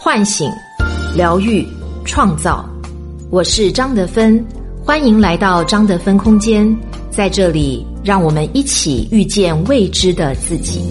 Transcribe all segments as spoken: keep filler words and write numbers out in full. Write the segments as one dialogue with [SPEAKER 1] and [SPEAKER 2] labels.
[SPEAKER 1] 唤醒、疗愈、创造。我是张德芬，欢迎来到张德芬空间，在这里让我们一起遇见未知的自己。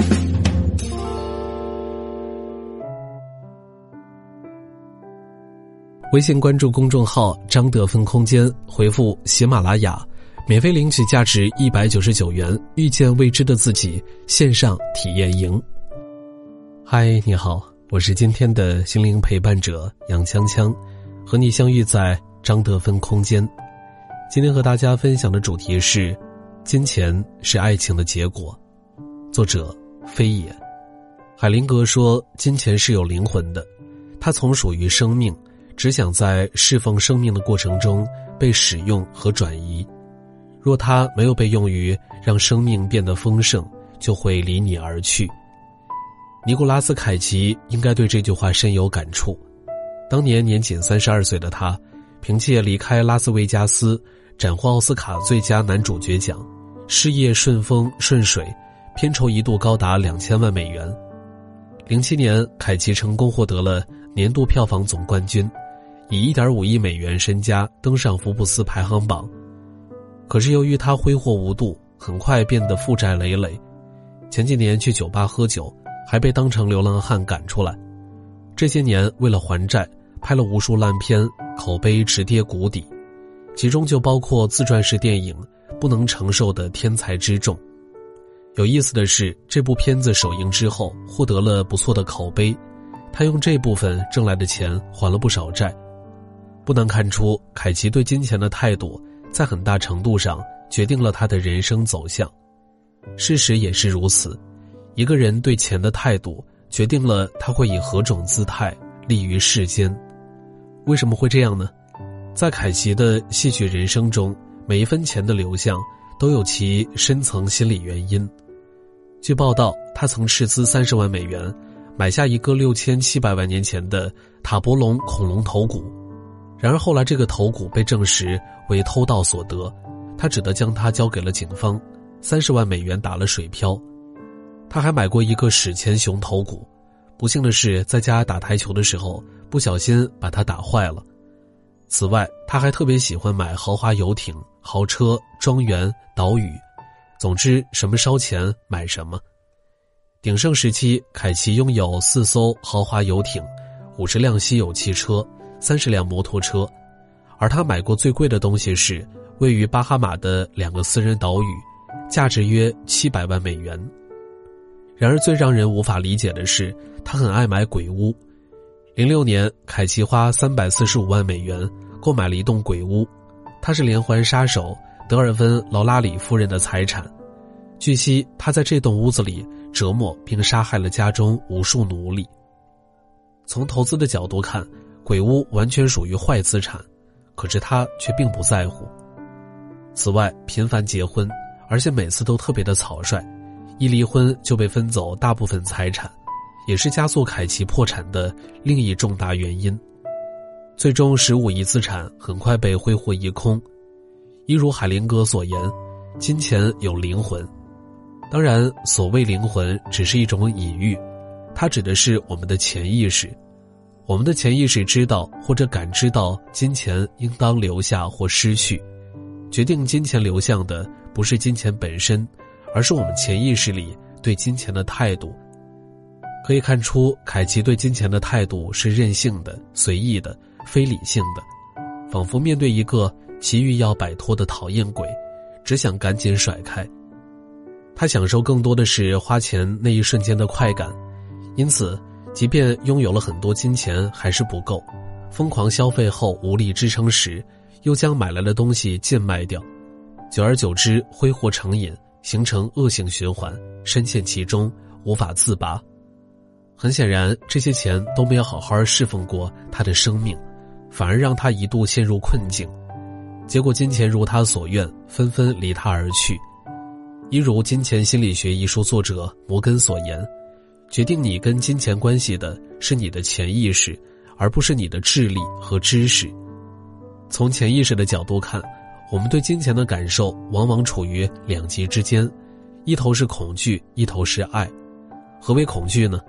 [SPEAKER 2] 微信关注公众号张德芬空间，回复喜马拉雅，免费领取价值一百九十九元遇见未知的自己线上体验营。嗨，你好，我是今天的心灵陪伴者杨锵锵，和你相遇在张德芬空间。今天和大家分享的主题是金钱是爱情的结果，作者飞也。海灵格说，金钱是有灵魂的，它从属于生命，只想在侍奉生命的过程中被使用和转移。若它没有被用于让生命变得丰盛，就会离你而去。尼古拉斯·凯奇应该对这句话深有感触。当年年仅三十二岁的他，凭借离开拉斯维加斯斩获奥斯卡最佳男主角奖，事业顺风顺水，片酬一度高达两千万美元。零七年，凯奇成功获得了年度票房总冠军，以 一点五亿美元身家登上福布斯排行榜。可是由于他挥霍无度，很快变得负债累累。前几年去酒吧喝酒，还被当成流浪汉赶出来。这些年为了还债，拍了无数烂片，口碑直跌谷底，其中就包括自传式电影《不能承受的天才之重》。有意思的是，这部片子首映之后获得了不错的口碑，他用这部分挣来的钱还了不少债。不难看出，凯奇对金钱的态度在很大程度上决定了他的人生走向。事实也是如此，一个人对钱的态度决定了他会以何种姿态立于世间。为什么会这样呢？在凯奇的戏剧人生中，每一分钱的流向都有其深层心理原因。据报道，他曾斥资三十万美元买下一个六千七百万年前的塔博龙恐龙头骨，然而后来这个头骨被证实为偷盗所得，他只得将它交给了警方，三十万美元打了水漂。他还买过一个史前熊头骨，不幸的是在家打台球的时候不小心把它打坏了。此外，他还特别喜欢买豪华游艇、豪车、庄园、岛屿，总之什么烧钱买什么。鼎盛时期，凯奇拥有四艘豪华游艇、五十辆稀有汽车、三十辆摩托车，而他买过最贵的东西是位于巴哈马的两个私人岛屿，价值约七百万美元。然而最让人无法理解的是，他很爱买鬼屋。零六年，凯奇花三百四十五万美元购买了一栋鬼屋，它是连环杀手德尔芬·劳拉里夫人的财产。据悉，他在这栋屋子里折磨并杀害了家中无数奴隶。从投资的角度看，鬼屋完全属于坏资产，可是他却并不在乎。此外，频繁结婚，而且每次都特别的草率，一离婚就被分走大部分财产，也是加速凯奇破产的另一重大原因。最终十五亿资产很快被挥霍一空。一如海灵格所言，金钱有灵魂。当然，所谓灵魂只是一种隐喻，它指的是我们的潜意识。我们的潜意识知道或者感知到金钱应当留下或失去，决定金钱流向的不是金钱本身，而是我们潜意识里对金钱的态度。可以看出，凯奇对金钱的态度是任性的、随意的、非理性的，仿佛面对一个急于要摆脱的讨厌鬼，只想赶紧甩开。他享受更多的是花钱那一瞬间的快感，因此即便拥有了很多金钱还是不够，疯狂消费后无力支撑时，又将买来的东西贱卖掉，久而久之挥霍成瘾，形成恶性循环，深陷其中无法自拔。很显然，这些钱都没有好好侍奉过他的生命，反而让他一度陷入困境。结果金钱如他所愿，纷纷离他而去。一如《金钱心理学》一书作者摩根所言，决定你跟金钱关系的是你的潜意识，而不是你的智力和知识。从潜意识的角度看，我们对金钱的感受往往处于两极之间，一头是恐惧，一头是爱。何为恐惧呢？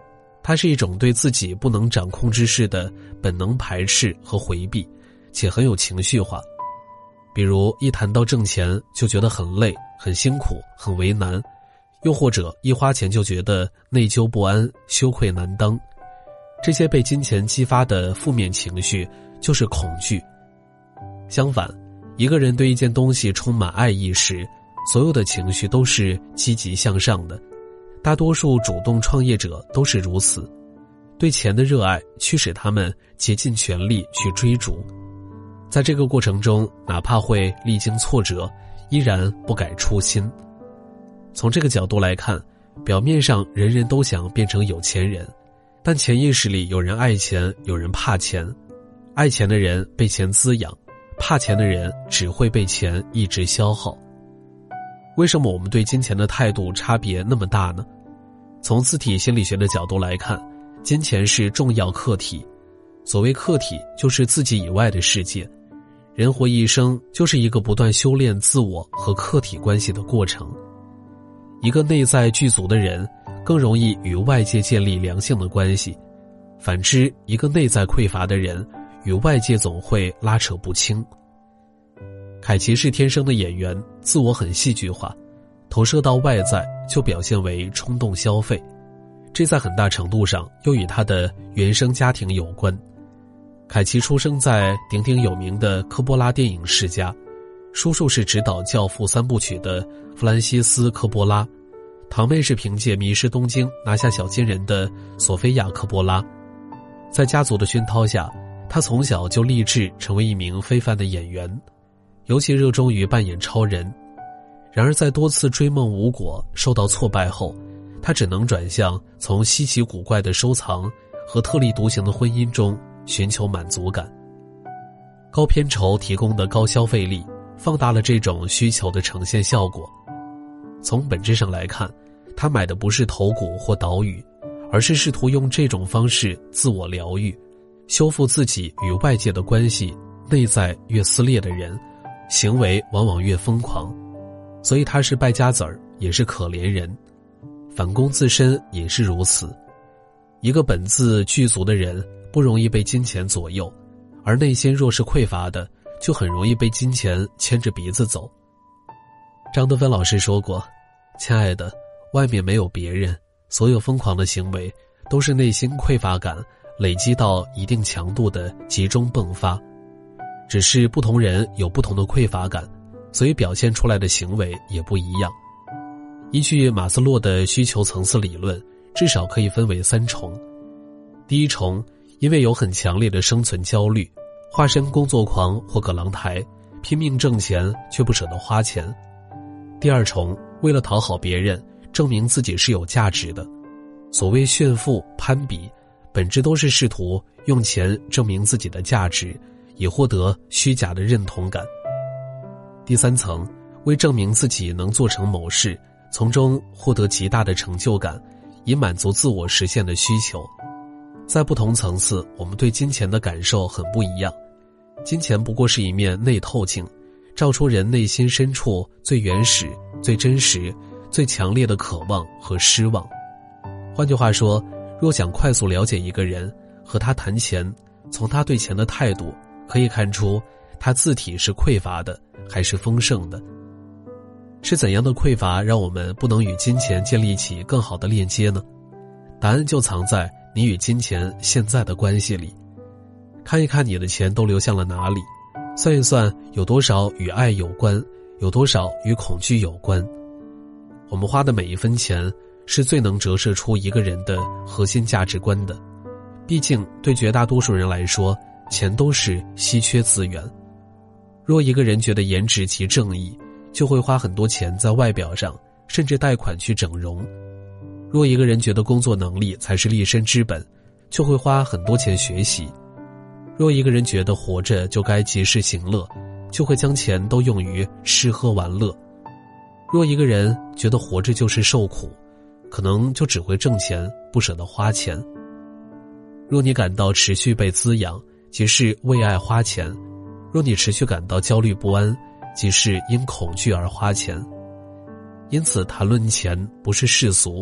[SPEAKER 2] 它是一种对自己不能掌控之事的本能排斥和回避，且很有情绪化。比如一谈到挣钱就觉得很累、很辛苦、很为难，又或者一花钱就觉得内疚不安、羞愧难当。这些被金钱激发的负面情绪就是恐惧。相反，一个人对一件东西充满爱意时，所有的情绪都是积极向上的。大多数主动创业者都是如此，对钱的热爱驱使他们竭尽全力去追逐。在这个过程中，哪怕会历经挫折，依然不改初心。从这个角度来看，表面上人人都想变成有钱人，但潜意识里有人爱钱，有人怕钱。爱钱的人被钱滋养，怕钱的人只会被钱一直消耗。为什么我们对金钱的态度差别那么大呢？从自体心理学的角度来看，金钱是重要客体。所谓客体，就是自己以外的世界。人活一生就是一个不断修炼自我和客体关系的过程。一个内在具足的人更容易与外界建立良性的关系，反之，一个内在匮乏的人与外界总会拉扯不清。凯奇是天生的演员，自我很戏剧化，投射到外在就表现为冲动消费，这在很大程度上又与他的原生家庭有关。凯奇出生在鼎鼎有名的科波拉电影世家，叔叔是执导《教父》三部曲的弗兰西斯·科波拉，堂妹是凭借《迷失东京》拿下小金人的索菲亚·科波拉。在家族的熏陶下，他从小就立志成为一名非凡的演员，尤其热衷于扮演超人。然而在多次追梦无果、受到挫败后，他只能转向从稀奇古怪的收藏和特立独行的婚姻中寻求满足感。高片酬提供的高消费力放大了这种需求的呈现效果。从本质上来看，他买的不是头骨或岛屿，而是试图用这种方式自我疗愈，修复自己与外界的关系。内在越撕裂的人，行为往往越疯狂，所以他是败家子儿，也是可怜人。反攻自身也是如此。一个本自具足的人不容易被金钱左右，而内心若是匮乏的，就很容易被金钱牵着鼻子走。张德芬老师说过，亲爱的，外面没有别人，所有疯狂的行为都是内心匮乏感累积到一定强度的集中迸发。只是不同人有不同的匮乏感，所以表现出来的行为也不一样。依据马斯洛的需求层次理论，至少可以分为三重。第一重，因为有很强烈的生存焦虑，化身工作狂或葛朗台，拼命挣钱却不舍得花钱。第二重，为了讨好别人，证明自己是有价值的。所谓炫富、攀比，本质都是试图用钱证明自己的价值，以获得虚假的认同感。第三层，为证明自己能做成某事，从中获得极大的成就感，以满足自我实现的需求。在不同层次，我们对金钱的感受很不一样。金钱不过是一面内透镜，照出人内心深处最原始、最真实、最强烈的渴望和失望。换句话说，若想快速了解一个人，和他谈钱，从他对钱的态度可以看出他自体是匮乏的还是丰盛的。是怎样的匮乏让我们不能与金钱建立起更好的链接呢？答案就藏在你与金钱现在的关系里。看一看你的钱都流向了哪里，算一算有多少与爱有关，有多少与恐惧有关。我们花的每一分钱是最能折射出一个人的核心价值观的。毕竟对绝大多数人来说，钱都是稀缺资源。若一个人觉得颜值即正义，就会花很多钱在外表上，甚至贷款去整容。若一个人觉得工作能力才是立身之本，就会花很多钱学习。若一个人觉得活着就该及时行乐，就会将钱都用于吃喝玩乐。若一个人觉得活着就是受苦，可能就只会挣钱，不舍得花钱。若你感到持续被滋养，即是为爱花钱；若你持续感到焦虑不安，即是因恐惧而花钱。因此谈论钱不是世俗，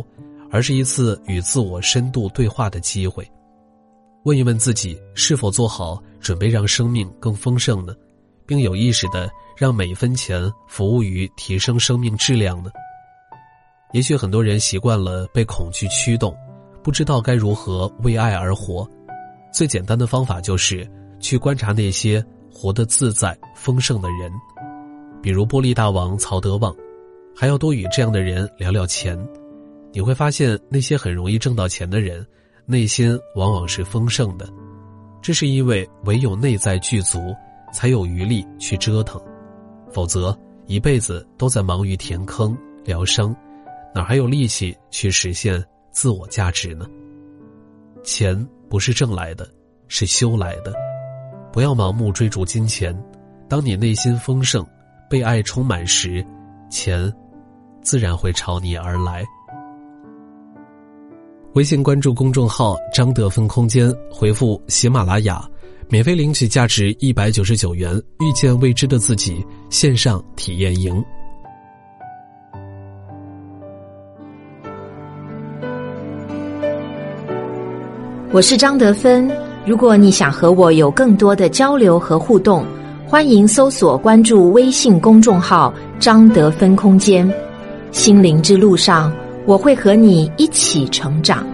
[SPEAKER 2] 而是一次与自我深度对话的机会。问一问自己是否做好准备让生命更丰盛呢，并有意识地让每分钱服务于提升生命质量呢？也许很多人习惯了被恐惧驱动，不知道该如何为爱而活。最简单的方法就是去观察那些活得自在丰盛的人，比如玻璃大王曹德旺，还要多与这样的人聊聊钱。你会发现那些很容易挣到钱的人内心往往是丰盛的，这是因为唯有内在具足，才有余力去折腾，否则一辈子都在忙于填坑疗伤，哪还有力气去实现自我价值呢？钱不是挣来的，是修来的。不要盲目追逐金钱，当你内心丰盛，被爱充满时，钱自然会朝你而来。微信关注公众号张德芬空间，回复喜马拉雅，免费领取价值一百九十九元遇见未知的自己线上体验营。
[SPEAKER 1] 我是张德芬，如果你想和我有更多的交流和互动，欢迎搜索关注微信公众号张德芬空间。心灵之路上，我会和你一起成长。